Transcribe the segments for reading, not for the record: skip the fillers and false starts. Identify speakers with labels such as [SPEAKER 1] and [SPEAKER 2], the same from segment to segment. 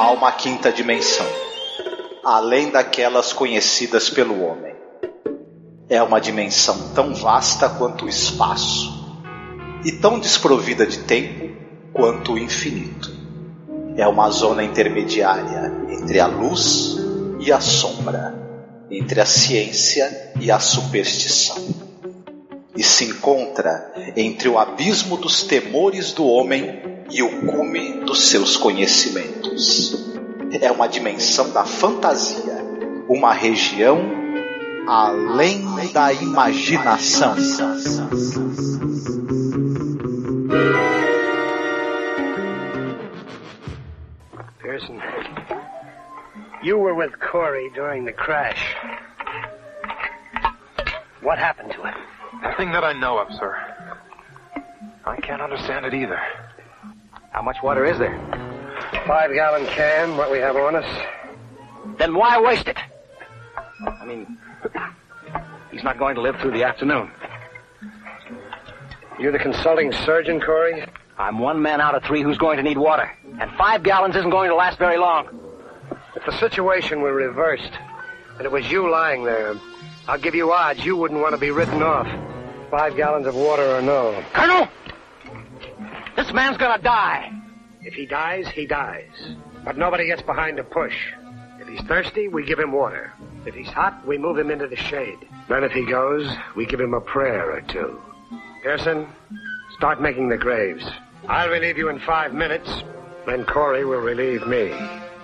[SPEAKER 1] há uma quinta dimensão, além daquelas conhecidas pelo homem. É uma dimensão tão vasta quanto o espaço, e tão desprovida de tempo quanto o infinito. É uma zona intermediária entre a luz e a sombra, entre a ciência e a superstição, e se encontra entre o abismo dos temores do homem e o cume dos seus conhecimentos. É uma dimensão da fantasia, uma região além da imaginação.
[SPEAKER 2] Pearson, you were with Corey during the crash. What happened to him?
[SPEAKER 3] Nothing that I know of, sir. I can't understand it either.
[SPEAKER 2] How much water is there? 5-gallon can, what we have on us. Then why waste it? I mean, he's not going to live through the afternoon. You're the consulting surgeon, Corey? I'm one man out of 3 who's going to need water. And 5 gallons isn't going to last very long. If the situation were reversed, and it was you lying there, I'll give you odds you wouldn't want to be written off. 5 gallons of water or no.
[SPEAKER 4] Colonel! This man's gonna die.
[SPEAKER 2] If he dies, he dies. But nobody gets behind a push. If he's thirsty, we give him water. If he's hot, we move him into the shade. Then if he goes, we give him a prayer or two. Pearson, start making the graves. I'll relieve you in 5 minutes. Then Corey will relieve me.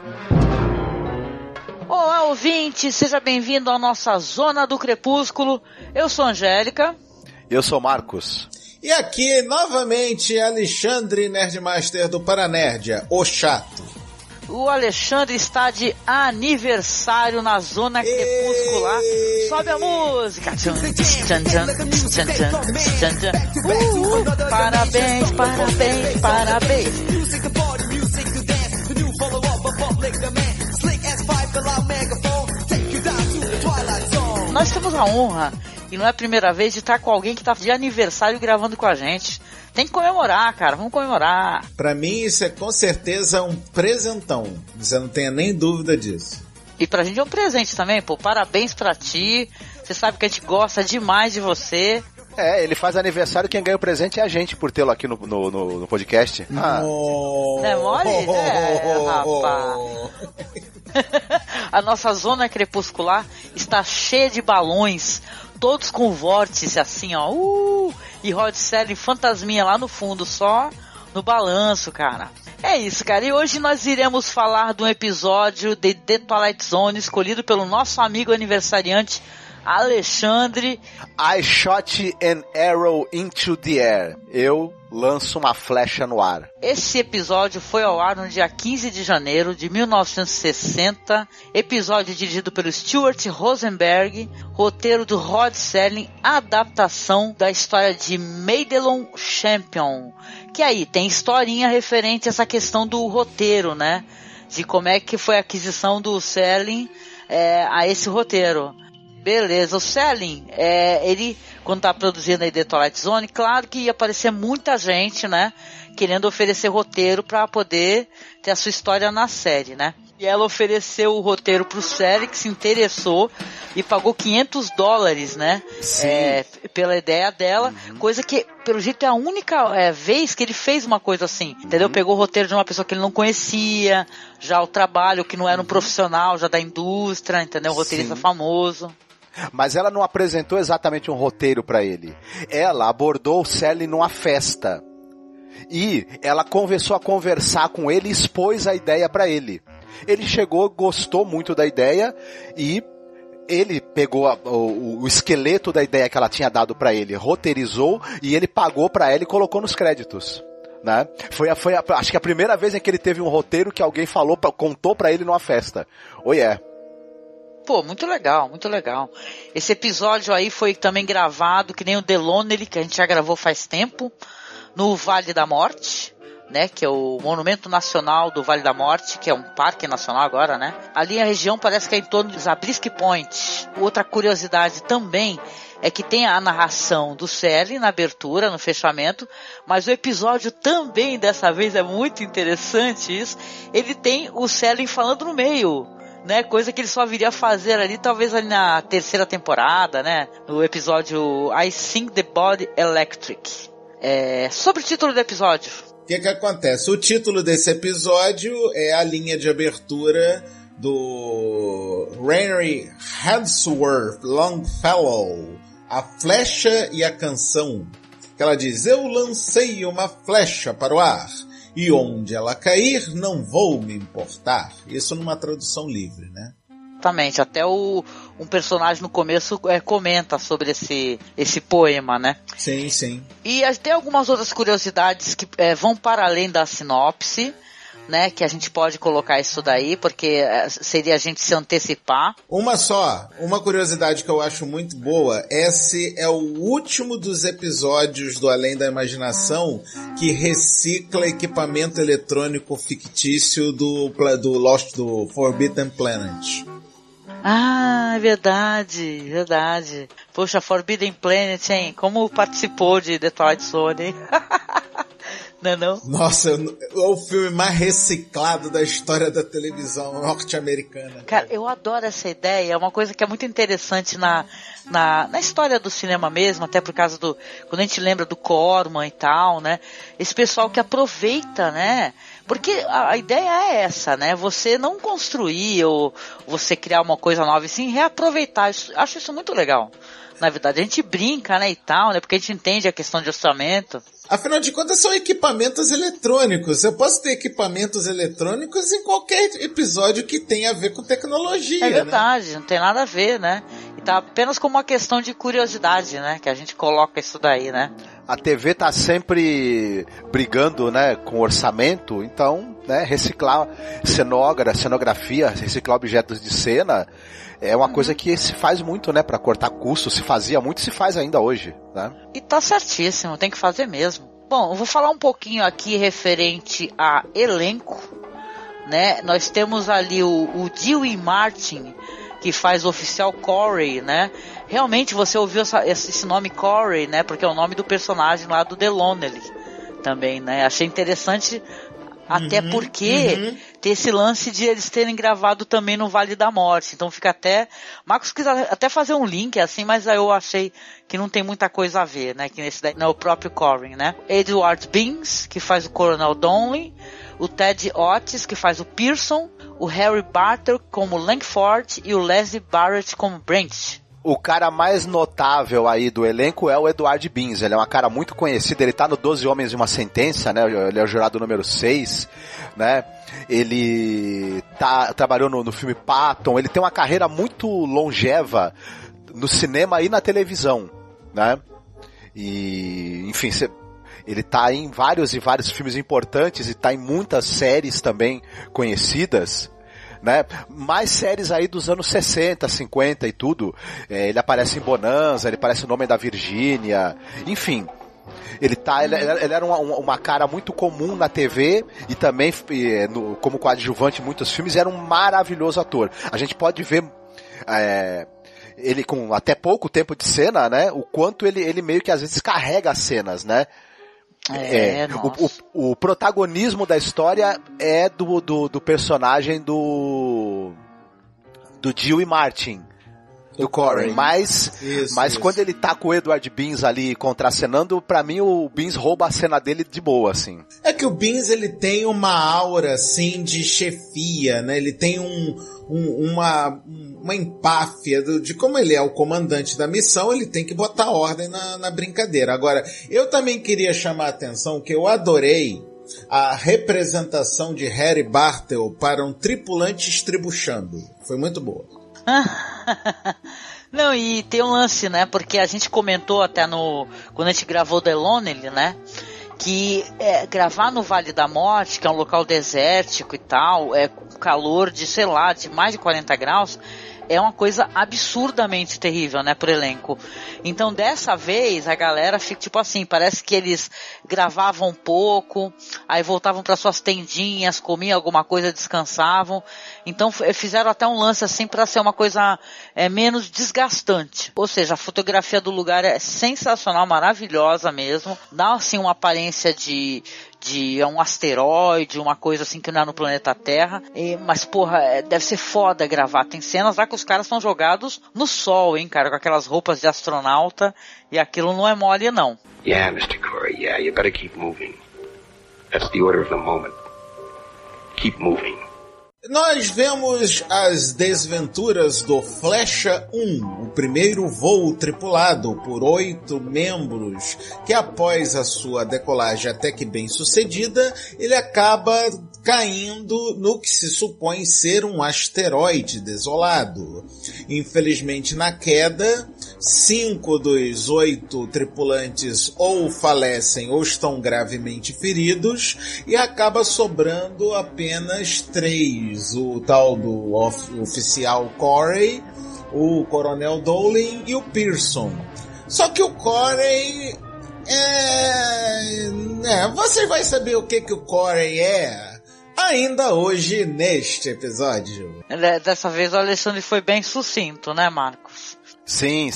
[SPEAKER 5] Olá, ouvinte, seja bem-vindo à nossa Zona do Crepúsculo. Eu sou Angélica.
[SPEAKER 6] Eu sou Marcos.
[SPEAKER 7] E aqui, novamente, Alexandre Nerdmaster do Paranerdia, o chato.
[SPEAKER 5] O Alexandre está de aniversário na Zona Crepuscular. Sobe a música. Parabéns, parabéns, parabéns. Nós temos a honra, e não é a primeira vez, de estar com alguém que está de aniversário gravando com a gente. Tem que comemorar, cara, vamos comemorar.
[SPEAKER 7] Pra mim isso é com certeza um presentão, você não tenha nem dúvida disso.
[SPEAKER 5] E pra gente é um presente também, pô, parabéns pra ti, você sabe que a gente gosta demais de você.
[SPEAKER 6] É, ele faz aniversário, quem ganha o presente é a gente, por tê-lo aqui no podcast.
[SPEAKER 5] Não é mole? Rapaz. A nossa Zona Crepuscular está cheia de balões, todos com vórtice assim, ó. E Rod Serling fantasminha lá no fundo, só no balanço, cara. É isso, cara. E hoje nós iremos falar de um episódio de The Twilight Zone escolhido pelo nosso amigo aniversariante Alexandre.
[SPEAKER 6] I shot an arrow into the air. Eu lanço uma flecha no ar.
[SPEAKER 5] Esse episódio foi ao ar no dia 15 de janeiro de 1960. Episódio dirigido pelo Stuart Rosenberg. Roteiro do Rod Serling. Adaptação da história de Madelon Champion. Que aí tem historinha referente a essa questão do roteiro, né? De como é que foi a aquisição do Serling a esse roteiro. Beleza, o Serling, ele, quando tá produzindo a The Twilight Zone, claro que ia aparecer muita gente, né, querendo oferecer roteiro para poder ter a sua história na série, né. E ela ofereceu o roteiro pro Serling, que se interessou e pagou $500, né, pela ideia dela, coisa que, pelo jeito, é a única vez que ele fez uma coisa assim, entendeu? Pegou o roteiro de uma pessoa que ele não conhecia, já o trabalho, que não era um profissional, já da indústria, entendeu? Um roteirista famoso.
[SPEAKER 6] Mas ela não apresentou exatamente um roteiro pra ele. Ela abordou o Serling numa festa. E ela começou a conversar com ele e expôs a ideia pra ele. Ele chegou, gostou muito da ideia e ele pegou o esqueleto da ideia que ela tinha dado pra ele, roteirizou e ele pagou pra ela e colocou nos créditos. Né? Foi acho que a primeira vez em que ele teve um roteiro que alguém contou pra ele numa festa.
[SPEAKER 5] Pô, muito legal, muito legal. Esse episódio aí foi também gravado, que nem o The Lonely, que a gente já gravou faz tempo, no Vale da Morte, né, que é o Monumento Nacional do Vale da Morte, que é um parque nacional agora, né? Ali a região parece que é em torno de Zabriskie Point. Outra curiosidade também é que tem a narração do Sally na abertura, no fechamento, mas o episódio também, dessa vez, é muito interessante isso, ele tem o Sally falando no meio, né, coisa que ele só viria a fazer ali, talvez ali na terceira temporada, né, no episódio I Think the Body Electric. Sobre o título do episódio.
[SPEAKER 7] O que acontece? O título desse episódio é a linha de abertura do Henry Wadsworth Longfellow, A Flecha e a Canção, que ela diz: eu lancei uma flecha para o ar, e onde ela cair não vou me importar. Isso numa tradução livre, né?
[SPEAKER 5] Exatamente, até um personagem no começo comenta sobre esse poema, né?
[SPEAKER 7] Sim, sim.
[SPEAKER 5] E tem algumas outras curiosidades que vão para além da sinopse, né, que a gente pode colocar isso daí, porque seria a gente se antecipar.
[SPEAKER 7] Uma curiosidade que eu acho muito boa, esse é o último dos episódios do Além da Imaginação que recicla equipamento eletrônico fictício do Forbidden Planet.
[SPEAKER 5] Ah, é verdade. Poxa, Forbidden Planet, hein? Como participou de The Twilight Zone, hein? Não?
[SPEAKER 7] Nossa, é o filme mais reciclado da história da televisão norte-americana.
[SPEAKER 5] Cara, eu adoro essa ideia, é uma coisa que é muito interessante na história do cinema mesmo, até por causa quando a gente lembra do Corman e tal, né? Esse pessoal que aproveita, né? Porque a ideia é essa, né? Você não construir ou você criar uma coisa nova, e sim reaproveitar. Acho isso muito legal. Na verdade, a gente brinca, né, e tal, né? Porque a gente entende a questão de orçamento.
[SPEAKER 7] Afinal de contas, são equipamentos eletrônicos. Eu posso ter equipamentos eletrônicos em qualquer episódio que tenha a ver com tecnologia.
[SPEAKER 5] É verdade,
[SPEAKER 7] né?
[SPEAKER 5] Não tem nada a ver, né? E tá apenas como uma questão de curiosidade, né? Que a gente coloca isso daí, né?
[SPEAKER 6] A TV tá sempre brigando, né, com orçamento, então, né, reciclar cenografia, reciclar objetos de cena é uma coisa que se faz muito, né, para cortar custos, se fazia muito e se faz ainda hoje, né?
[SPEAKER 5] E tá certíssimo, tem que fazer mesmo. Bom, eu vou falar um pouquinho aqui referente a elenco, né? Nós temos ali o Dewey Martin, que faz o oficial Corey, né? Realmente você ouviu esse nome Corey, né? Porque é o nome do personagem lá do The Lonely também, né? Achei interessante, até porque tem esse lance de eles terem gravado também no Vale da Morte. Então fica até... Marcos quis até fazer um link assim, mas aí eu achei que não tem muita coisa a ver, né? Que nesse daí não é o próprio Corey, né? Edward Beans, que faz o Coronel Donnelly, o Ted Otis, que faz o Pearson, o Harry Barter como Langford e o Leslie Barrett como Brent.
[SPEAKER 6] O cara mais notável aí do elenco é o Edward Beans. Ele é um cara muito conhecido, ele tá no 12 Homens e uma Sentença, né? Ele é o jurado número 6, né? Ele trabalhou no filme Patton, ele tem uma carreira muito longeva no cinema e na televisão, né? E, enfim, ele tá em vários e vários filmes importantes e tá em muitas séries também conhecidas, né? Mais séries aí dos anos 60, 50 e tudo. Ele aparece em Bonanza, ele aparece no Nome da Virgínia, enfim. Ele era uma cara muito comum na TV e também como coadjuvante em muitos filmes, era um maravilhoso ator. A gente pode ver ele com até pouco tempo de cena, né? O quanto ele meio que às vezes carrega as cenas, né? O protagonismo da história é do personagem do Dewey Martin, do Corey, mas quando ele tá com o Edward Beans ali contracenando, pra mim o Beans rouba a cena dele de boa, assim.
[SPEAKER 7] É que o Beans, ele tem uma aura, assim, de chefia, né? Ele tem uma empáfia de como ele é o comandante da missão, ele tem que botar ordem na brincadeira. Agora, eu também queria chamar a atenção que eu adorei a representação de Harry Bartel para um tripulante estribuchando. Foi muito boa.
[SPEAKER 5] Não, e tem um lance, né? Porque a gente comentou até quando a gente gravou The Lonely, né? Que gravar no Vale da Morte, que é um local desértico e tal, com calor de, sei lá, de mais de 40 graus, é uma coisa absurdamente terrível, né, pro elenco. Então, dessa vez, a galera fica tipo assim, parece que eles gravavam um pouco, aí voltavam para suas tendinhas, comiam alguma coisa, descansavam. Então, fizeram até um lance assim para ser uma coisa menos desgastante. Ou seja, a fotografia do lugar é sensacional, maravilhosa mesmo. Dá assim uma aparência de um asteroide, uma coisa assim que não é no planeta Terra. Mas, porra, deve ser foda gravar. Tem cenas lá que os caras estão jogados no sol, hein, cara, com aquelas roupas de astronauta, e aquilo não é mole, não.
[SPEAKER 2] Yeah, Mr. Corey, yeah, you better keep moving. That's the order of the moment. Keep moving.
[SPEAKER 7] Nós vemos as desventuras do Flecha 1, o primeiro voo tripulado por 8 membros, que após a sua decolagem até que bem sucedida, ele acaba caindo no que se supõe ser um asteroide desolado. Infelizmente, na queda, 5 dos 8 tripulantes ou falecem ou estão gravemente feridos, e acaba sobrando apenas 3. O tal do oficial Corey, o coronel Dowling e o Pearson. Só que o Corey você vai saber o que o Corey é ainda hoje neste episódio.
[SPEAKER 5] Dessa vez o Alexandre foi bem sucinto, né, Marcos?
[SPEAKER 6] Sim,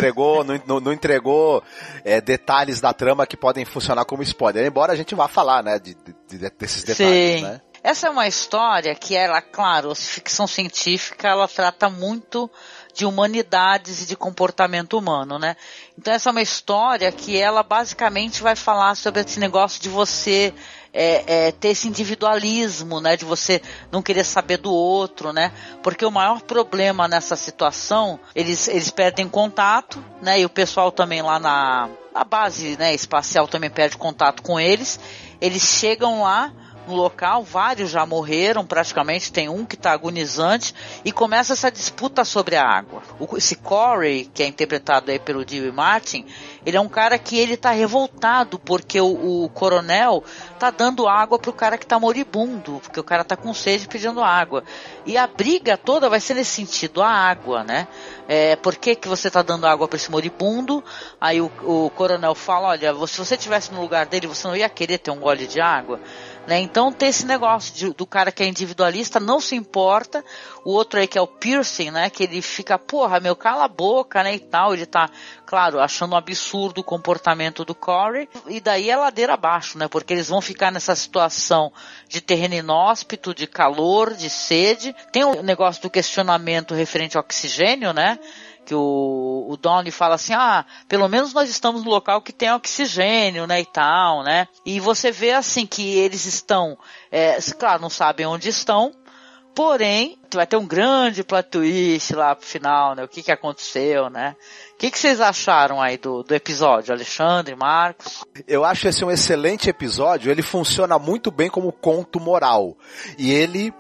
[SPEAKER 6] não entregou detalhes da trama que podem funcionar como spoiler, embora a gente vá falar, né, desses detalhes,
[SPEAKER 5] sim.
[SPEAKER 6] Né?
[SPEAKER 5] Essa é uma história que ela, claro, ficção científica, ela trata muito de humanidades e de comportamento humano, né? Então essa é uma história que ela basicamente vai falar sobre esse negócio de você ter esse individualismo, né? De você não querer saber do outro, né? Porque o maior problema nessa situação, eles perdem contato, né? E o pessoal também lá na base, né, espacial também perde contato com eles. Eles chegam lá no local, vários já morreram praticamente, tem um que está agonizante, e começa essa disputa sobre a água. Esse Corey, que é interpretado aí pelo Dewey Martin, ele é um cara que ele tá revoltado porque o coronel tá dando água pro cara que tá moribundo, porque o cara tá com sede pedindo água. E a briga toda vai ser nesse sentido, a água, né? Por que você tá dando água para esse moribundo? Aí o coronel fala, olha, se você estivesse no lugar dele, você não ia querer ter um gole de água? Né? Então tem esse negócio do cara que é individualista, não se importa. O outro aí que é o Pearson, né, que ele fica, porra, cala a boca, né, e tal. Ele tá, claro, achando um absurdo o comportamento do Corey. E daí é ladeira abaixo, né, porque eles vão ficar nessa situação de terreno inóspito, de calor, de sede. Tem o negócio do questionamento referente ao oxigênio, né, que o Donnie fala assim, pelo menos nós estamos no local que tem oxigênio, né, e tal, né, e você vê assim que eles estão, claro, não sabem onde estão, porém, vai ter um grande plot twist lá pro final, né, o que aconteceu, né. O que vocês acharam aí do episódio, Alexandre, Marcos?
[SPEAKER 6] Eu acho esse um excelente episódio, ele funciona muito bem como conto moral, e ele,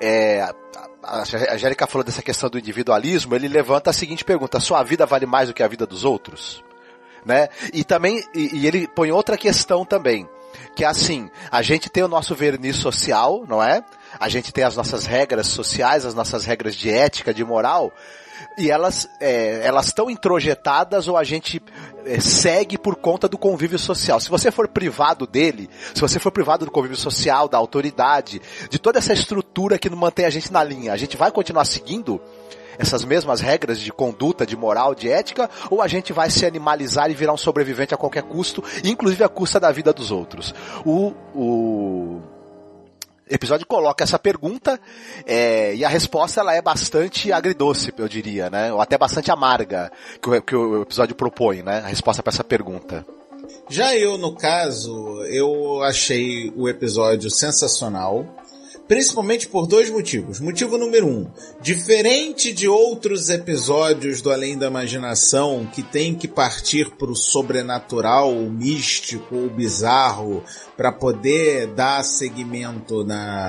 [SPEAKER 6] a Angélica falou dessa questão do individualismo, ele levanta a seguinte pergunta: sua vida vale mais do que a vida dos outros? Né? E também, e ele põe outra questão também, que é assim, a gente tem o nosso verniz social, não é? A gente tem as nossas regras sociais, as nossas regras de ética, de moral, e elas estão introjetadas ou a gente segue por conta do convívio social. Se você for privado dele, se você for privado do convívio social, da autoridade, de toda essa estrutura que não mantém a gente na linha, a gente vai continuar seguindo essas mesmas regras de conduta, de moral, de ética, ou a gente vai se animalizar e virar um sobrevivente a qualquer custo, inclusive à custa da vida dos outros? O episódio coloca essa pergunta, e a resposta ela é bastante agridoce, eu diria, né? Ou até bastante amarga, que o episódio propõe, né? A resposta para essa pergunta.
[SPEAKER 7] Já eu, no caso, eu achei o episódio sensacional, principalmente por 2 motivos. Motivo número 1, diferente de outros episódios do Além da Imaginação, que tem que partir para o sobrenatural, o místico, o bizarro, para poder dar seguimento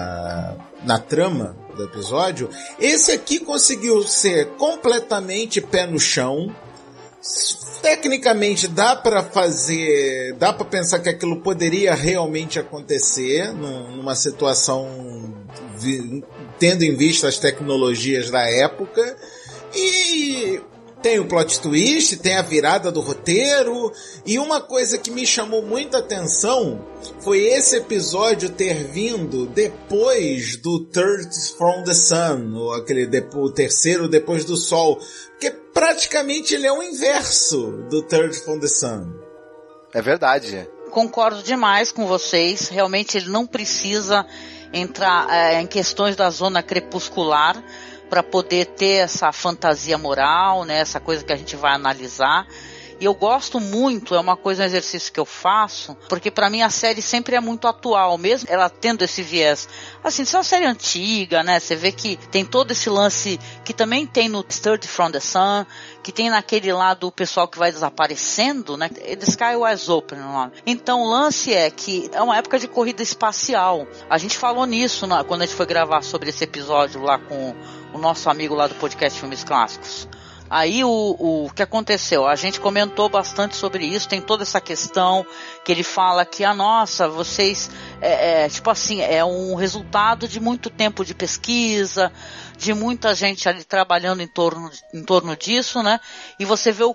[SPEAKER 7] na trama do episódio, esse aqui conseguiu ser completamente pé no chão. Tecnicamente dá para pensar que aquilo poderia realmente acontecer numa situação tendo em vista as tecnologias da época, E tem o plot twist, tem a virada do roteiro, e uma coisa que me chamou muita atenção foi esse episódio ter vindo depois do Third from the Sun, ou o terceiro depois do Sol, porque praticamente ele é o inverso do Third from the Sun.
[SPEAKER 6] É verdade.
[SPEAKER 5] Concordo demais com vocês, realmente ele não precisa entrar em questões da zona crepuscular para poder ter essa fantasia moral, né, essa coisa que a gente vai analisar. E eu gosto muito, é uma coisa, um exercício que eu faço, porque pra mim a série sempre é muito atual, mesmo ela tendo esse viés. Assim, isso é uma série antiga, né? Você vê que tem todo esse lance que também tem no Third from the Sun, que tem naquele lá do pessoal que vai desaparecendo, né? The Sky Was Open, o nome. Então o lance é que é uma época de corrida espacial. A gente falou nisso quando a gente foi gravar sobre esse episódio lá com o nosso amigo lá do podcast Filmes Clássicos. Aí o que aconteceu? A gente comentou bastante sobre isso, tem toda essa questão que ele fala que, nossa, vocês, tipo assim, é um resultado de muito tempo de pesquisa, de muita gente ali trabalhando em torno disso, né? E você vê o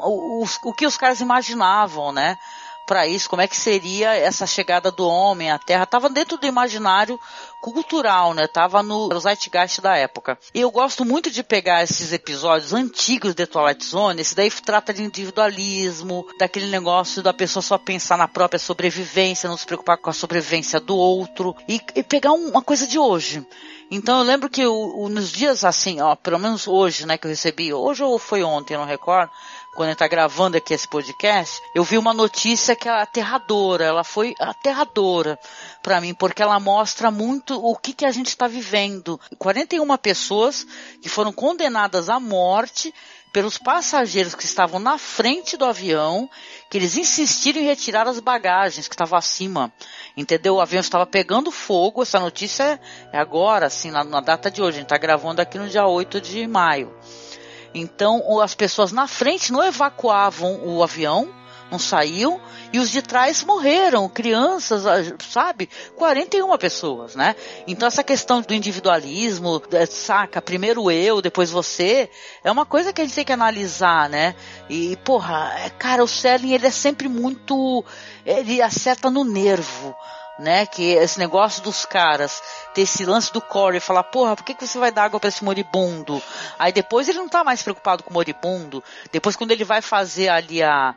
[SPEAKER 5] que os caras imaginavam, né? Para isso, como é que seria essa chegada do homem à Terra? Estava dentro do imaginário cultural, né? Tava no Zeitgeist da época. E eu gosto muito de pegar esses episódios antigos de Twilight Zone. Esse daí trata de individualismo, daquele negócio da pessoa só pensar na própria sobrevivência, não se preocupar com a sobrevivência do outro, e pegar uma coisa de hoje. Então eu lembro que nos dias assim, pelo menos hoje, né, que eu recebi, hoje ou foi ontem, eu não recordo, quando a gente tá gravando aqui esse podcast, eu vi uma notícia que é aterradora, ela foi aterradora pra mim, porque ela mostra muito o que a gente está vivendo. 41 pessoas que foram condenadas à morte pelos passageiros que estavam na frente do avião, que eles insistiram em retirar as bagagens que estavam acima, entendeu? O avião estava pegando fogo, essa notícia é agora, assim, na data de hoje, a gente está gravando aqui no dia 8 de maio. Então, as pessoas na frente não evacuavam o avião, não saíam, e os de trás morreram, crianças, sabe? 41 pessoas, né? Então essa questão do individualismo, saca? Primeiro eu, depois você, é uma coisa que a gente tem que analisar, né? E, porra, cara, o Serling, ele é sempre muito... ele acerta no nervo, né? Que esse negócio dos caras ter esse lance do Corey, falar, porra, por que você vai dar água pra esse moribundo? Aí depois ele não tá mais preocupado com o moribundo. Depois, quando ele vai fazer ali a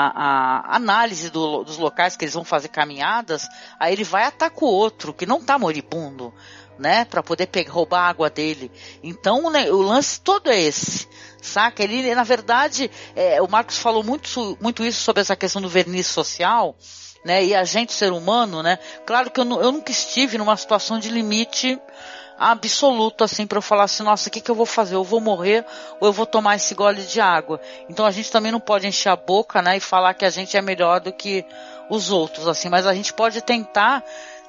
[SPEAKER 5] análise dos locais que eles vão fazer caminhadas, aí ele vai atacar o outro que não tá moribundo, né? Pra poder roubar a água dele. Então, né, o lance todo é esse, saca? Ele, na verdade, o Marcos falou muito isso sobre essa questão do verniz social, né? E a gente, ser humano, né? Claro que eu nunca estive numa situação de limite absoluto, assim, para eu falar assim, nossa, o que eu vou fazer? Eu vou morrer ou eu vou tomar esse gole de água? Então a gente também não pode encher a boca, né? E falar que a gente é melhor do que os outros, assim, mas a gente pode tentar,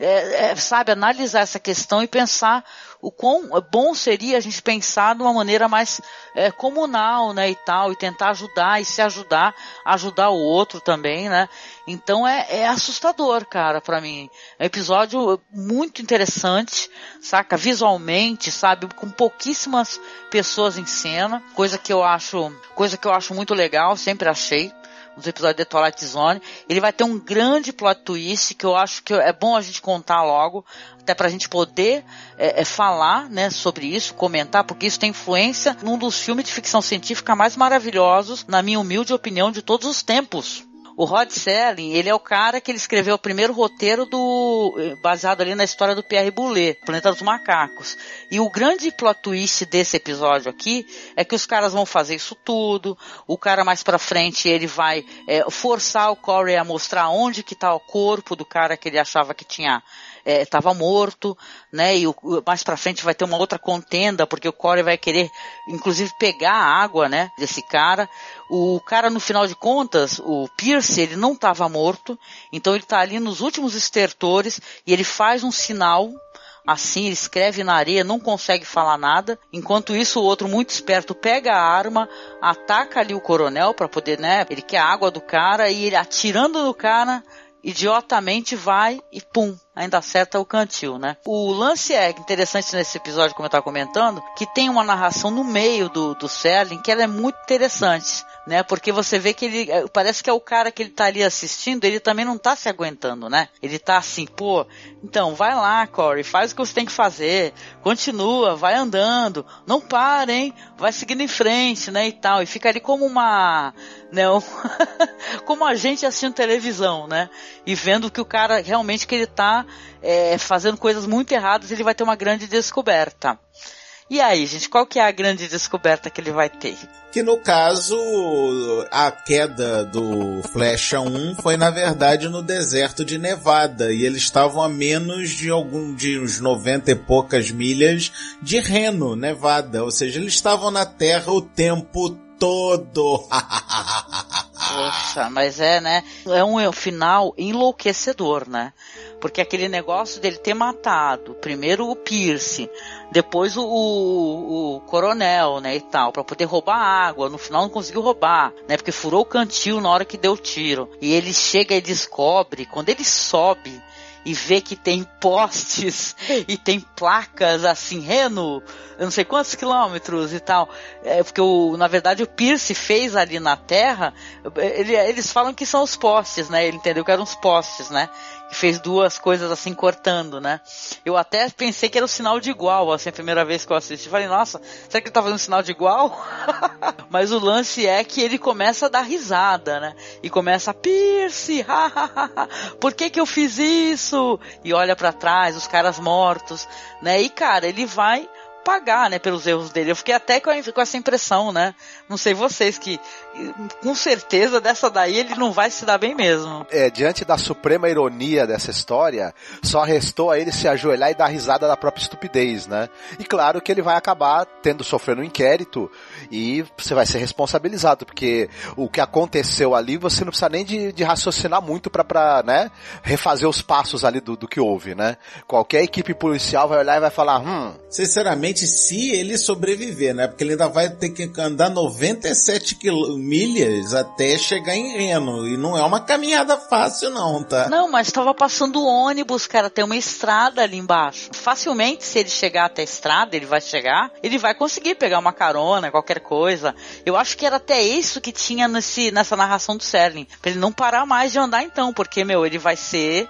[SPEAKER 5] sabe, analisar essa questão e pensar o quão bom seria a gente pensar de uma maneira mais comunal, né, e tal, e tentar ajudar e se ajudar o outro também, né? Então é assustador, cara, pra mim. É um episódio muito interessante, saca? Visualmente, sabe? Com pouquíssimas pessoas em cena, coisa que eu acho muito legal, sempre achei. Nos episódios de Twilight Zone, ele vai ter um grande plot twist que eu acho que é bom a gente contar logo, até pra gente poder falar, né, sobre isso, comentar, porque isso tem influência num dos filmes de ficção científica mais maravilhosos, na minha humilde opinião, de todos os tempos. O Rod Serling, ele é o cara que ele escreveu o primeiro roteiro baseado ali na história do Pierre Boulet, Planeta dos Macacos. E o grande plot twist desse episódio aqui é que os caras vão fazer isso tudo, o cara mais pra frente ele vai forçar o Corey a mostrar onde que tá o corpo do cara que ele achava que estava morto, né? E mais pra frente vai ter uma outra contenda, porque o Corey vai querer, inclusive, pegar a água, né, desse cara. O cara, no final de contas, o Pierce, ele não estava morto, então ele tá ali nos últimos estertores e ele faz um sinal, assim, ele escreve na areia, não consegue falar nada. Enquanto isso, o outro, muito esperto, pega a arma, ataca ali o coronel pra poder, né, ele quer a água do cara, e ele, atirando no cara, idiotamente vai e pum, ainda acerta o cantil, né? O lance é interessante nesse episódio, como eu estava comentando, que tem uma narração no meio do Serling que ela é muito interessante, né? Porque você vê que ele, parece que é o cara que ele tá ali assistindo, ele também não tá se aguentando, né? Ele tá assim, pô, então vai lá, Corey, faz o que você tem que fazer, continua, vai andando, não para, hein? Vai seguindo em frente, né, e tal, e fica ali como uma, né, como a gente assistindo televisão, né? E vendo que o cara realmente que ele tá fazendo coisas muito erradas, ele vai ter uma grande descoberta. E aí, gente, qual que é a grande descoberta que ele vai ter?
[SPEAKER 7] Que no caso, a queda do Flecha 1 foi na verdade no deserto de Nevada, e eles estavam a menos de uns 90 e poucas milhas de Reno, Nevada, ou seja, eles estavam na Terra o tempo todo.
[SPEAKER 5] Poxa, mas né? É um final enlouquecedor, né? Porque aquele negócio dele ter matado primeiro o Pierce, depois o coronel, né, e tal, pra poder roubar água, no final não conseguiu roubar, né, porque furou o cantil na hora que deu o tiro. E ele chega e descobre, quando ele sobe e vê que tem postes e tem placas assim, Reno, eu não sei quantos quilômetros e tal, porque na verdade o Pierce fez ali na Terra, eles falam que são os postes, né, ele entendeu que eram os postes, né, que fez duas coisas assim cortando, né. Eu até pensei que era o sinal de igual, assim, a primeira vez que eu assisti, falei, nossa, será que ele tá fazendo sinal de igual? Mas o lance é que ele começa a dar risada, né, e começa a Pierce, por que eu fiz isso? E olha pra trás, os caras mortos, né, e cara, ele vai pagar, né, pelos erros dele. Eu fiquei até com essa impressão, né, não sei vocês, que com certeza dessa daí ele não vai se dar bem mesmo.
[SPEAKER 6] Diante da suprema ironia dessa história, só restou a ele se ajoelhar e dar risada da própria estupidez, né, e claro que ele vai acabar sofrendo um inquérito e você vai ser responsabilizado, porque o que aconteceu ali, você não precisa nem de raciocinar muito pra né, refazer os passos ali do que houve, né, qualquer equipe policial vai olhar e vai falar,
[SPEAKER 7] sinceramente, se ele sobreviver, né? Porque ele ainda vai ter que andar 97 milhas até chegar em Reno. E não é uma caminhada fácil não, tá?
[SPEAKER 5] Não, mas estava passando ônibus, cara. Tem uma estrada ali embaixo. Facilmente, se ele chegar até a estrada, ele vai conseguir pegar uma carona, qualquer coisa. Eu acho que era até isso que tinha nessa narração do Serling. Pra ele não parar mais de andar então. Porque, ele vai ser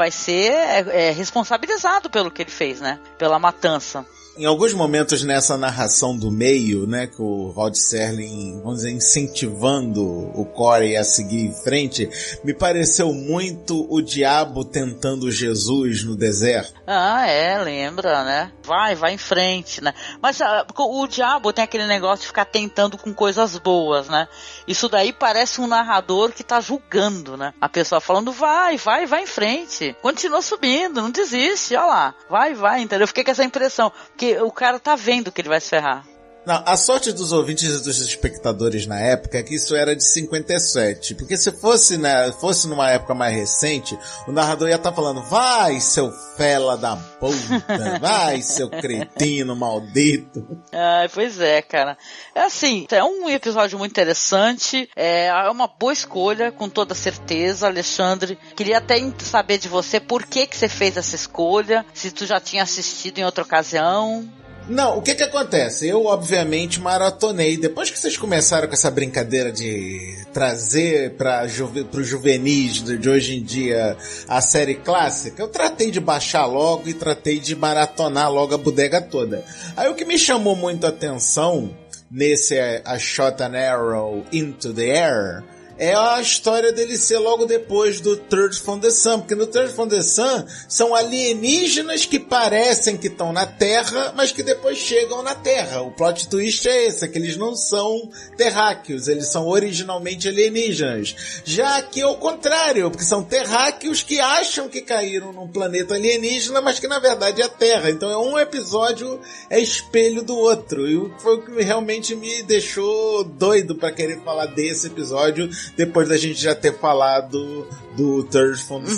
[SPEAKER 5] responsabilizado pelo que ele fez, né? Pela matança.
[SPEAKER 7] Em alguns momentos nessa narração do meio, né, que o Rod Serling, vamos dizer, incentivando o Corey a seguir em frente, me pareceu muito o diabo tentando Jesus no deserto.
[SPEAKER 5] Lembra, né? Vai em frente, né? Mas o diabo tem aquele negócio de ficar tentando com coisas boas, né? Isso daí parece um narrador que tá julgando, né? A pessoa falando, vai em frente, continua subindo, não desiste, olha lá, vai, entendeu? Eu fiquei com essa impressão, porque o cara tá vendo que ele vai se ferrar.
[SPEAKER 7] Não, a sorte dos ouvintes e dos espectadores na época é que isso era de 57. Porque se fosse numa época mais recente, o narrador ia estar falando, vai, seu fela da puta, vai, seu cretino maldito.
[SPEAKER 5] Pois é, cara. É assim, é um episódio muito interessante, é uma boa escolha, com toda certeza, Alexandre. Queria até saber de você por que você fez essa escolha, se tu já tinha assistido em outra ocasião.
[SPEAKER 7] Não, o que acontece? Eu, obviamente, maratonei. Depois que vocês começaram com essa brincadeira de trazer pro juvenis de hoje em dia a série clássica, eu tratei de baixar logo e tratei de maratonar logo a bodega toda. Aí o que me chamou muito a atenção nesse A Shot an Arrow into the Air é a história dele ser logo depois do Third from the Sun, porque no Third from the Sun são alienígenas que parecem que estão na Terra, mas que depois chegam na Terra. O plot twist é esse, é que eles não são terráqueos, eles são originalmente alienígenas. Já aqui é o contrário, porque são terráqueos que acham que caíram num planeta alienígena, mas que na verdade é a Terra. Então um episódio é espelho do outro, e foi o que realmente me deixou doido pra querer falar desse episódio, depois da gente já ter falado do Third from the Sun.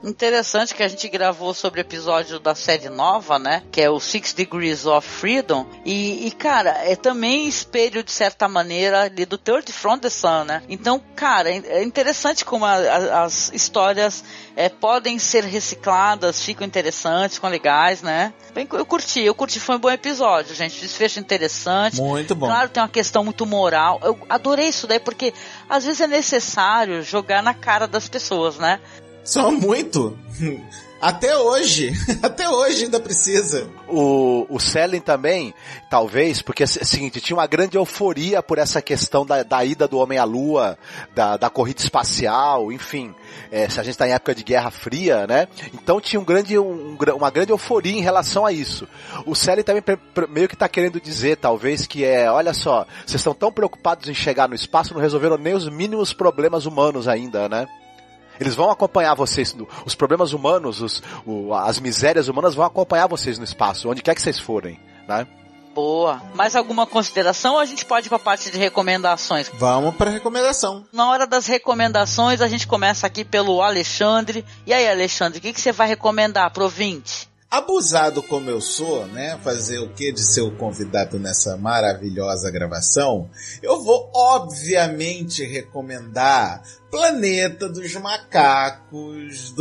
[SPEAKER 5] Interessante que a gente gravou sobre o episódio da série nova, né? Que é o 6 Degrees of Freedom. E cara, é também espelho, de certa maneira, ali do Third From The Sun, né? Então, cara, é interessante como as histórias podem ser recicladas, ficam interessantes, ficam legais, né? Bem, eu curti, foi um bom episódio, gente. Desfecho interessante.
[SPEAKER 7] Muito bom.
[SPEAKER 5] Claro, tem uma questão muito moral. Eu adorei isso daí, porque às vezes é necessário jogar na cara das pessoas, né?
[SPEAKER 7] Só muito. Até hoje ainda precisa.
[SPEAKER 6] O Selling também, talvez, porque é o seguinte, tinha uma grande euforia por essa questão da ida do homem à lua, da corrida espacial, enfim, se a gente está em época de Guerra Fria, né? Então tinha uma grande euforia em relação a isso. O Selling também meio que está querendo dizer, talvez, que olha só, vocês estão tão preocupados em chegar no espaço, não resolveram nem os mínimos problemas humanos ainda, né? Eles vão acompanhar vocês, os problemas humanos, as misérias humanas vão acompanhar vocês no espaço, onde quer que vocês forem, né?
[SPEAKER 5] Boa. Mais alguma consideração ou a gente pode ir para a parte de recomendações?
[SPEAKER 7] Vamos para recomendação.
[SPEAKER 5] Na hora das recomendações, a gente começa aqui pelo Alexandre. E aí, Alexandre, o que você vai recomendar pro ouvinte?
[SPEAKER 7] Abusado como eu sou, né, fazer o que de ser o convidado nessa maravilhosa gravação, eu vou obviamente recomendar Planeta dos Macacos,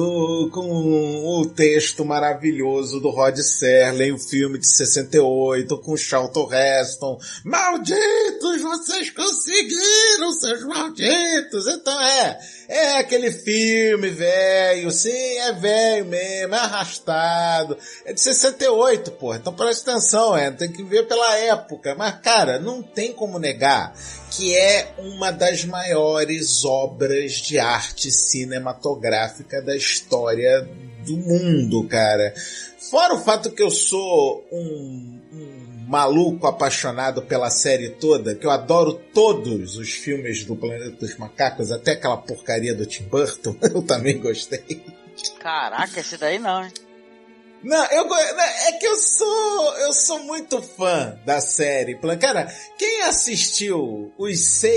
[SPEAKER 7] com o texto maravilhoso do Rod Serling, o filme de 68, com Charlton Heston. Malditos, vocês conseguiram, seus malditos! Então é aquele filme velho, sim, é velho mesmo, é arrastado. É de 68, porra, então presta atenção, tem que ver pela época. Mas, cara, não tem como negar que é uma das maiores obras de arte cinematográfica da história do mundo, cara. Fora o fato que eu sou um maluco apaixonado pela série toda, que eu adoro todos os filmes do Planeta dos Macacos, até aquela porcaria do Tim Burton, eu também gostei.
[SPEAKER 5] Caraca, esse daí não, hein?
[SPEAKER 7] Não, é que eu sou muito fã da série. Cara, quem assistiu os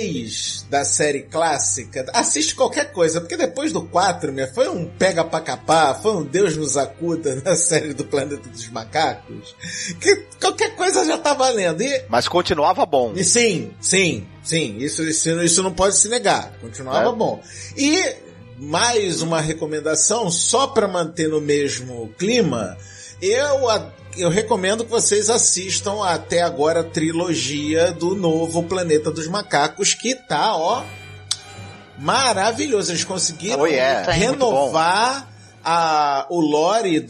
[SPEAKER 7] 6 da série clássica, assiste qualquer coisa, porque depois do 4, foi um pega pra capar, foi um Deus nos acuda na série do Planeta dos Macacos, que qualquer coisa já tá valendo.
[SPEAKER 6] Mas continuava bom.
[SPEAKER 7] E sim, isso não pode se negar, continuava bom. E mais uma recomendação, só para manter no mesmo clima, eu recomendo que vocês assistam até agora a trilogia do novo Planeta dos Macacos, que tá, maravilhoso. Eles conseguiram renovar o lore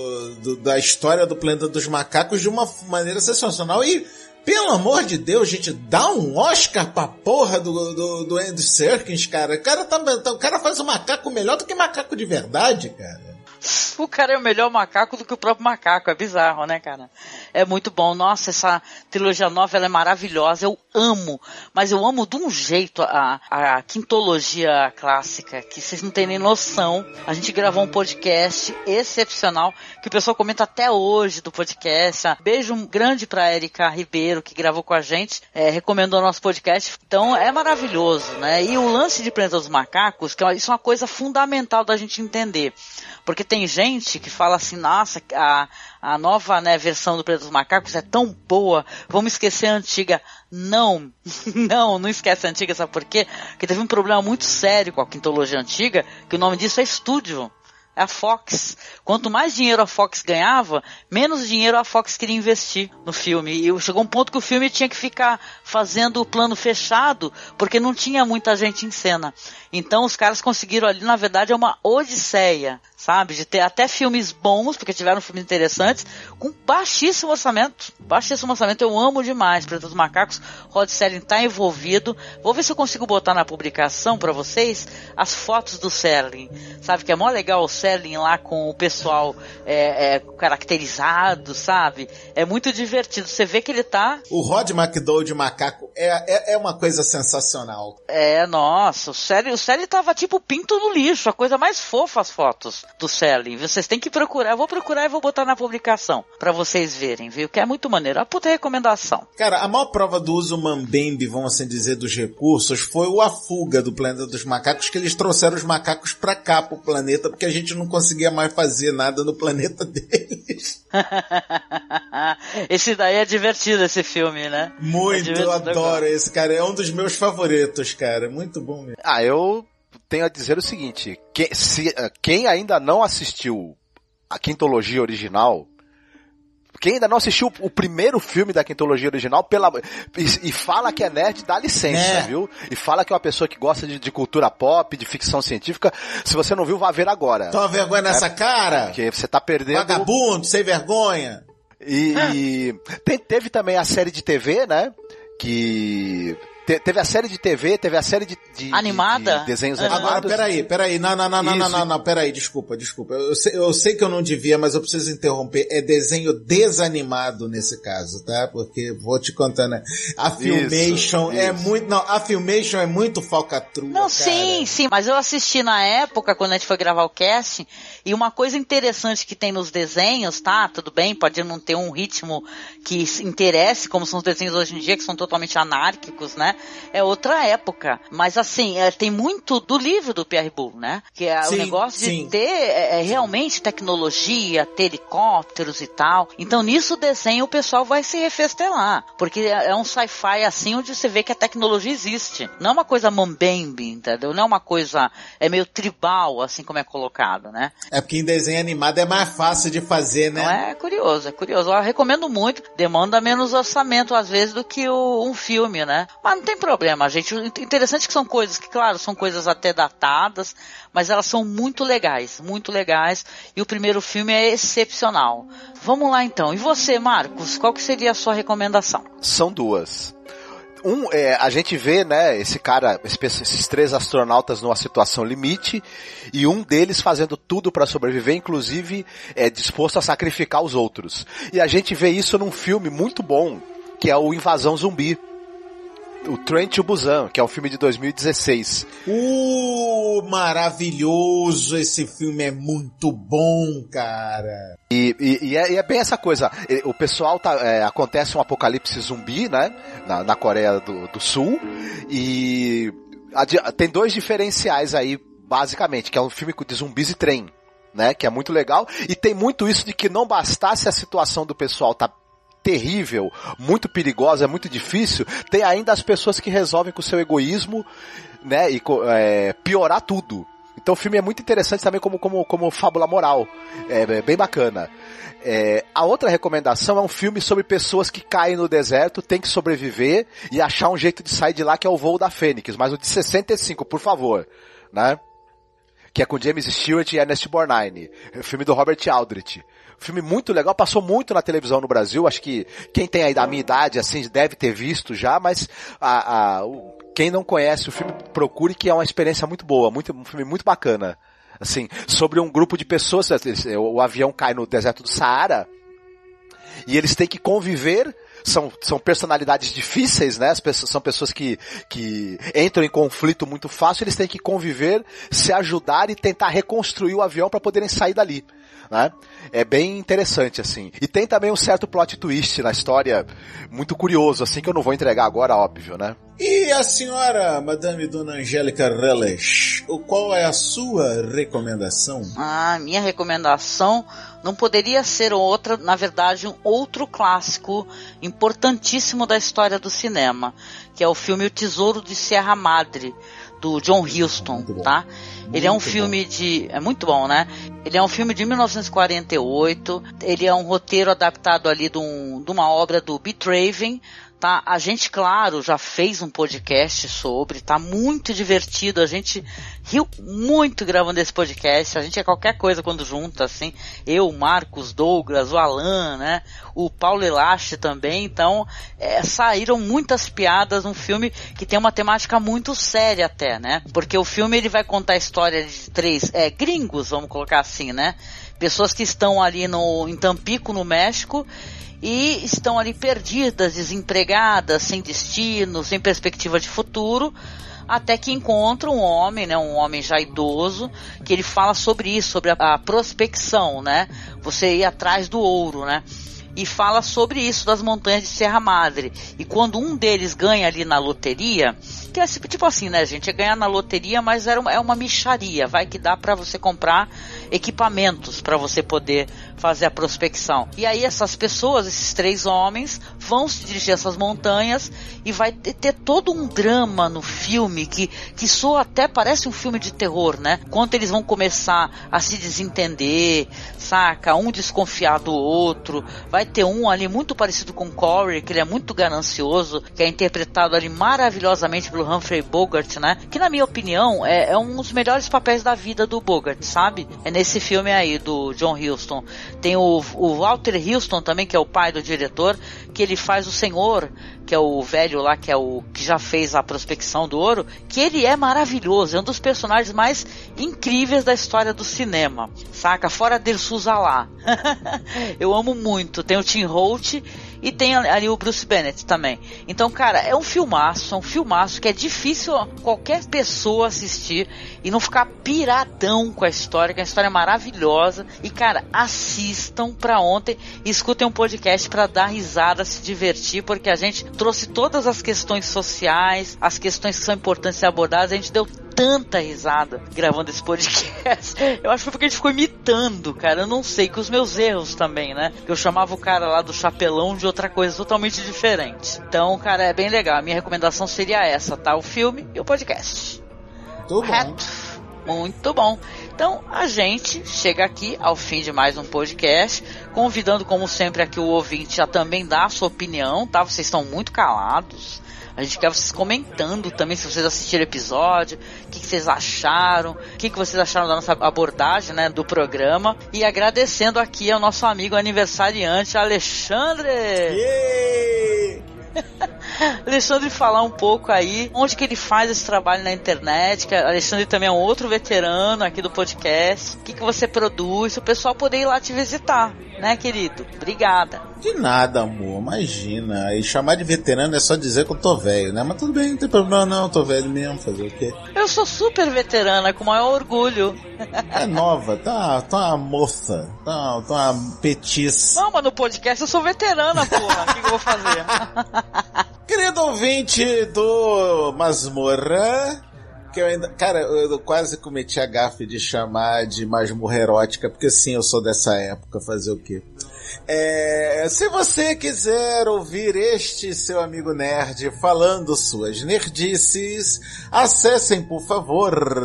[SPEAKER 7] da história do Planeta dos Macacos de uma maneira sensacional. E pelo amor de Deus, gente, dá um Oscar pra porra do Andy Serkis, cara. O cara faz um macaco melhor do que macaco de verdade, cara.
[SPEAKER 5] O cara é o melhor macaco do que o próprio macaco, é bizarro, né, cara? É muito bom. Nossa, essa trilogia nova, ela é maravilhosa, eu amo, mas eu amo de um jeito a quintologia clássica, que vocês não têm nem noção. A gente gravou um podcast excepcional, que o pessoal comenta até hoje do podcast. Beijo grande pra Erika Ribeiro, que gravou com a gente, recomendou o nosso podcast. Então, é maravilhoso, né? E o lance de Planeta dos Macacos, que isso é uma coisa fundamental da gente entender. Porque tem gente que fala assim, nossa, a nova, né, versão do Planeta dos Macacos é tão boa, vamos esquecer a antiga. Não esquece a antiga, sabe por quê? Porque teve um problema muito sério com a quintologia antiga, que o nome disso é estúdio. É a Fox. Quanto mais dinheiro a Fox ganhava, menos dinheiro a Fox queria investir no filme. E chegou um ponto que o filme tinha que ficar fazendo o plano fechado, porque não tinha muita gente em cena. Então os caras conseguiram ali, na verdade, é uma odisseia, sabe? De ter até filmes bons, porque tiveram filmes interessantes, com baixíssimo orçamento. Baixíssimo orçamento, eu amo demais Planeta dos Macacos. Rod Serling tá envolvido. Vou ver se eu consigo botar na publicação pra vocês as fotos do Serling. Sabe que é mó legal o Serling lá com o pessoal caracterizado, sabe? É muito divertido. Você vê que ele tá...
[SPEAKER 7] O Rod McDowell de macaco é uma coisa sensacional.
[SPEAKER 5] Nossa, o Serling tava tipo pinto no lixo, a coisa mais fofa as fotos do Serling. Vocês têm que procurar, eu vou procurar e vou botar na publicação pra vocês verem, viu? Que é muito maneiro. Uma puta recomendação.
[SPEAKER 7] Cara, a maior prova do uso mambembe, vamos assim dizer, dos recursos foi A Fuga do Planeta dos Macacos, que eles trouxeram os macacos pra cá, pro planeta, porque a gente não conseguia mais fazer nada no planeta deles.
[SPEAKER 5] Esse daí é divertido, esse filme, né?
[SPEAKER 7] Muito, eu adoro esse, cara. É um dos meus favoritos, cara. Muito bom mesmo.
[SPEAKER 6] Eu tenho a dizer o seguinte, quem ainda não assistiu a quintologia original, quem ainda não assistiu o primeiro filme da quintologia original e fala que é nerd, dá licença, viu? E fala que é uma pessoa que gosta de cultura pop, de ficção científica. Se você não viu, vá ver agora.
[SPEAKER 7] Toma vergonha nessa cara!
[SPEAKER 6] Porque você tá perdendo...
[SPEAKER 7] Vagabundo, sem vergonha!
[SPEAKER 6] E teve também a série de TV, né? Que... Teve a série de TV, teve a série de
[SPEAKER 5] animada?
[SPEAKER 6] De desenhos animados.
[SPEAKER 7] Agora, peraí. Não, peraí, desculpa. Eu sei que eu não devia, mas eu preciso interromper. É desenho desanimado nesse caso, tá? Porque, vou te contar, né? A Filmation é muito... Não, a Filmation é muito falcatrua,
[SPEAKER 5] não,
[SPEAKER 7] cara.
[SPEAKER 5] Sim, mas eu assisti na época, quando a gente foi gravar o cast, e uma coisa interessante que tem nos desenhos, tá? Tudo bem, pode não ter um ritmo que interesse, como são os desenhos hoje em dia, que são totalmente anárquicos, né? É outra época, mas assim, tem muito do livro do Pierre Boulle, né? Que é o negócio de ter realmente tecnologia, ter helicópteros e tal. Então nisso o desenho o pessoal vai se refestelar, porque é um sci-fi assim onde você vê que a tecnologia existe. Não é uma coisa mambembe, entendeu? Não é uma coisa, é meio tribal, assim como é colocado, né?
[SPEAKER 7] É porque em desenho animado é mais fácil de fazer, né?
[SPEAKER 5] Não, é curioso. Eu recomendo muito, demanda menos orçamento às vezes do que um filme, né? Mas não tem problema, gente. O interessante é que são coisas que, claro, são coisas até datadas, mas elas são muito legais, e o primeiro filme é excepcional. Vamos lá então. E você, Marcos, qual que seria a sua recomendação?
[SPEAKER 6] São duas. A gente vê, né, esses 3 astronautas numa situação limite, e um deles fazendo tudo para sobreviver, inclusive disposto a sacrificar os outros. E a gente vê isso num filme muito bom, que é o Invasão Zumbi. O Train to Busan, que é um filme de 2016.
[SPEAKER 7] Maravilhoso! Esse filme é muito bom, cara!
[SPEAKER 6] E é bem essa coisa. O pessoal acontece um apocalipse zumbi, né? Na Coreia do Sul. E tem 2 diferenciais aí, basicamente, que é um filme de zumbis e trem, né? Que é muito legal. E tem muito isso de que não bastasse a situação do pessoal tá terrível, muito perigosa, é muito difícil, tem ainda as pessoas que resolvem com o seu egoísmo, né, e piorar tudo. Então o filme é muito interessante também como fábula moral, é bem bacana. A outra recomendação é um filme sobre pessoas que caem no deserto, tem que sobreviver e achar um jeito de sair de lá, que é O Voo da Fênix, mas o de 65, por favor, né? Que é com James Stewart e Ernest Borgnine, o filme do Robert Aldrich. Filme muito legal, passou muito na televisão no Brasil, acho que quem tem aí da minha idade, assim, deve ter visto já, mas quem não conhece o filme, procure, que é uma experiência muito boa, um filme muito bacana. Assim, sobre um grupo de pessoas, o avião cai no deserto do Saara, e eles têm que conviver, são personalidades difíceis, né? São pessoas que entram em conflito muito fácil, eles têm que conviver, se ajudar e tentar reconstruir o avião para poderem sair dali, né? É bem interessante, assim. E tem também um certo plot twist na história, muito curioso, assim, que eu não vou entregar agora, óbvio, né?
[SPEAKER 7] E a senhora, Madame Dona Angélica Reles, qual é a sua recomendação?
[SPEAKER 5] Minha recomendação não poderia ser outra, na verdade, um outro clássico importantíssimo da história do cinema, que é o filme O Tesouro de Sierra Madre, do John Huston, tá? Ele é um filme é muito bom, né? Ele é um filme de 1948, ele é um roteiro adaptado ali de uma obra do Beat Raven, tá? A gente, claro, já fez um podcast sobre, tá muito divertido, a gente riu muito gravando esse podcast, a gente é qualquer coisa quando junta, assim, eu, Marcos, Douglas, o Alan, né, o Paulo Elache também, então, saíram muitas piadas, um filme que tem uma temática muito séria até, né, porque o filme ele vai contar a história de 3 gringos, vamos colocar assim, né, pessoas que estão ali em Tampico, no México, e estão ali perdidas, desempregadas, sem destino, sem perspectiva de futuro, até que encontra um homem, né, um homem já idoso, que ele fala sobre isso, sobre a prospecção, né, você ir atrás do ouro, né, e fala sobre isso das montanhas de Sierra Madre. E quando um deles ganha ali na loteria, que é tipo assim, né, gente? É ganhar na loteria, mas é uma mixaria. Vai que dá pra você comprar equipamentos pra você poder fazer a prospecção. E aí essas pessoas, esses 3 homens, vão se dirigir a essas montanhas e vai ter todo um drama no filme que soa até, parece um filme de terror, né? Quando eles vão começar a se desentender, saca? Um desconfiar do outro. Vai ter um ali muito parecido com Corey, que ele é muito ganancioso, que é interpretado ali maravilhosamente pelo Humphrey Bogart, né? Que na minha opinião é um dos melhores papéis da vida do Bogart, sabe? É nesse filme aí do John Huston. Tem o Walter Huston também, que é o pai do diretor, que ele faz o senhor, que é o velho lá, que é o que já fez a prospecção do ouro, que ele é maravilhoso, é um dos personagens mais incríveis da história do cinema, saca? Fora Dersusa lá. Eu amo muito. Tem o Tim Holt e tem ali o Bruce Bennett também. Então, cara, é um filmaço que é difícil qualquer pessoa assistir e não ficar piradão com a história, que a história é maravilhosa. E, cara, assistam pra ontem e escutem um podcast pra dar risada, se divertir, porque a gente trouxe todas as questões sociais, as questões que são importantes ser abordadas. A gente deu tanta risada gravando esse podcast. Eu acho que foi porque a gente ficou imitando, cara. Eu não sei, que os meus erros também, né? Eu chamava o cara lá do chapelão de outra coisa totalmente diferente. Então, cara, é bem legal. A minha recomendação seria essa, tá? O filme e o podcast.
[SPEAKER 7] Muito bom.
[SPEAKER 5] Muito bom. Então, a gente chega aqui ao fim de mais um podcast, convidando, como sempre, aqui o ouvinte a também dar a sua opinião, tá? Vocês estão muito calados. A gente quer vocês comentando também, se vocês assistiram o episódio, o que vocês acharam, o que vocês acharam da nossa abordagem, né, do programa. E agradecendo aqui ao nosso amigo aniversariante, Alexandre!
[SPEAKER 7] Yeah!
[SPEAKER 5] Alexandre, falar um pouco aí onde que ele faz esse trabalho na internet, que Alexandre também é um outro veterano aqui do podcast. O que você produz, o pessoal poder ir lá te visitar, né, querido? Obrigada.
[SPEAKER 7] De nada, amor, imagina. E chamar de veterano é só dizer que eu tô velho, né? Mas tudo bem, não tem problema não, tô velho mesmo, fazer o quê?
[SPEAKER 5] Eu sou super veterana, com o maior orgulho.
[SPEAKER 7] É nova, tá uma moça, tá uma petiça.
[SPEAKER 5] Não, mas no podcast eu sou veterana, porra. O que eu vou fazer?
[SPEAKER 7] Querido ouvinte do Masmorra, que eu ainda... Cara, eu quase cometi a gafe de chamar de masmorra erótica, porque sim, eu sou dessa época, fazer o quê? Se você quiser ouvir este seu amigo nerd falando suas nerdices, acessem por favor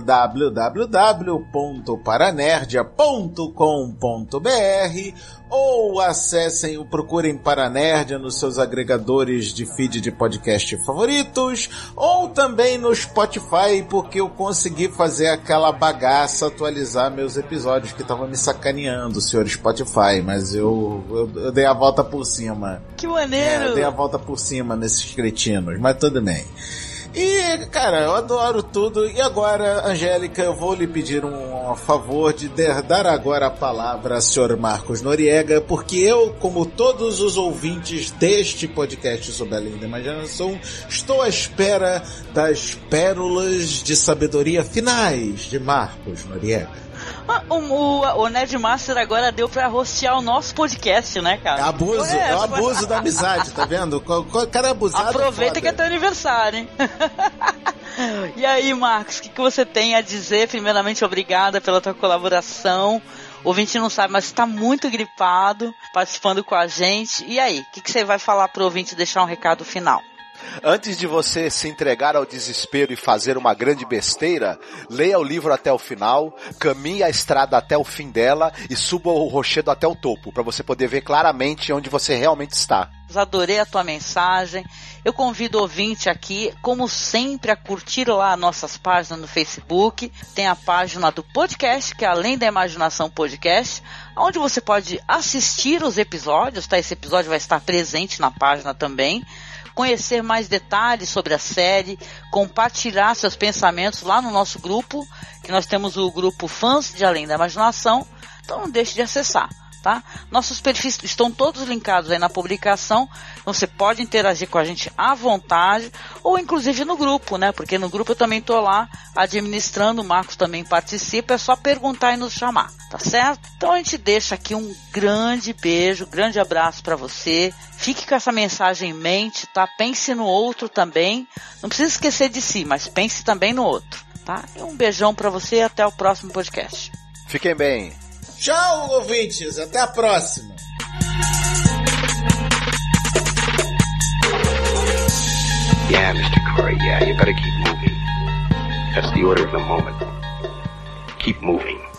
[SPEAKER 7] www.paranerdia.com.br ou acessem procurem Paranerdia nos seus agregadores de feed de podcast favoritos, ou também no Spotify, porque eu consegui fazer aquela bagaça, atualizar meus episódios que estavam me sacaneando, senhor Spotify, mas eu dei a volta por cima.
[SPEAKER 5] Que maneiro!
[SPEAKER 7] Eu dei a volta por cima nesses cretinos, mas tudo bem. E, cara, eu adoro tudo. E agora, Angélica, eu vou lhe pedir um favor de dar agora a palavra ao senhor Marcos Noriega, porque eu, como todos os ouvintes deste podcast sobre a Linda Imaginação, estou à espera das pérolas de sabedoria finais de Marcos Noriega.
[SPEAKER 5] O Nerd Master agora deu pra rostear o nosso podcast, né, cara?
[SPEAKER 7] É o abuso da amizade, tá vendo? O cara é abusado.
[SPEAKER 5] Aproveita que é teu aniversário, hein? E aí, Marcos, o que você tem a dizer? Primeiramente, obrigada pela tua colaboração. O ouvinte não sabe, mas está muito gripado, participando com a gente. E aí, o que você vai falar pro ouvinte, deixar um recado final?
[SPEAKER 6] Antes de você se entregar ao desespero e fazer uma grande besteira, leia o livro até o final, caminhe a estrada até o fim dela e suba o rochedo até o topo, para você poder ver claramente onde você realmente está.
[SPEAKER 5] Adorei a tua mensagem. Eu convido o ouvinte aqui, como sempre, a curtir lá nossas páginas no Facebook. Tem a página do podcast, que é Além da Imaginação Podcast, onde você pode assistir os episódios, tá? Esse episódio vai estar presente na página também. Conhecer mais detalhes sobre a série, compartilhar seus pensamentos lá no nosso grupo, que nós temos o grupo Fãs de Além da Imaginação, então não deixe de acessar. tá? Nossos perfis estão todos linkados aí na publicação, então você pode interagir com a gente à vontade, ou inclusive no grupo, né? Porque no grupo eu também tô lá administrando, o Marcos também participa, é só perguntar e nos chamar, tá certo? Então a gente deixa aqui um grande beijo, grande abraço para você, fique com essa mensagem em mente, tá? Pense no outro também, não precisa esquecer de si, mas pense também no outro, tá? E um beijão para você e até o próximo podcast.
[SPEAKER 6] Fiquem bem.
[SPEAKER 7] Tchau, ouvintes. Até a próxima.
[SPEAKER 2] Yeah, Mr. Corey, yeah, you better keep moving. That's the order of the moment. Keep moving.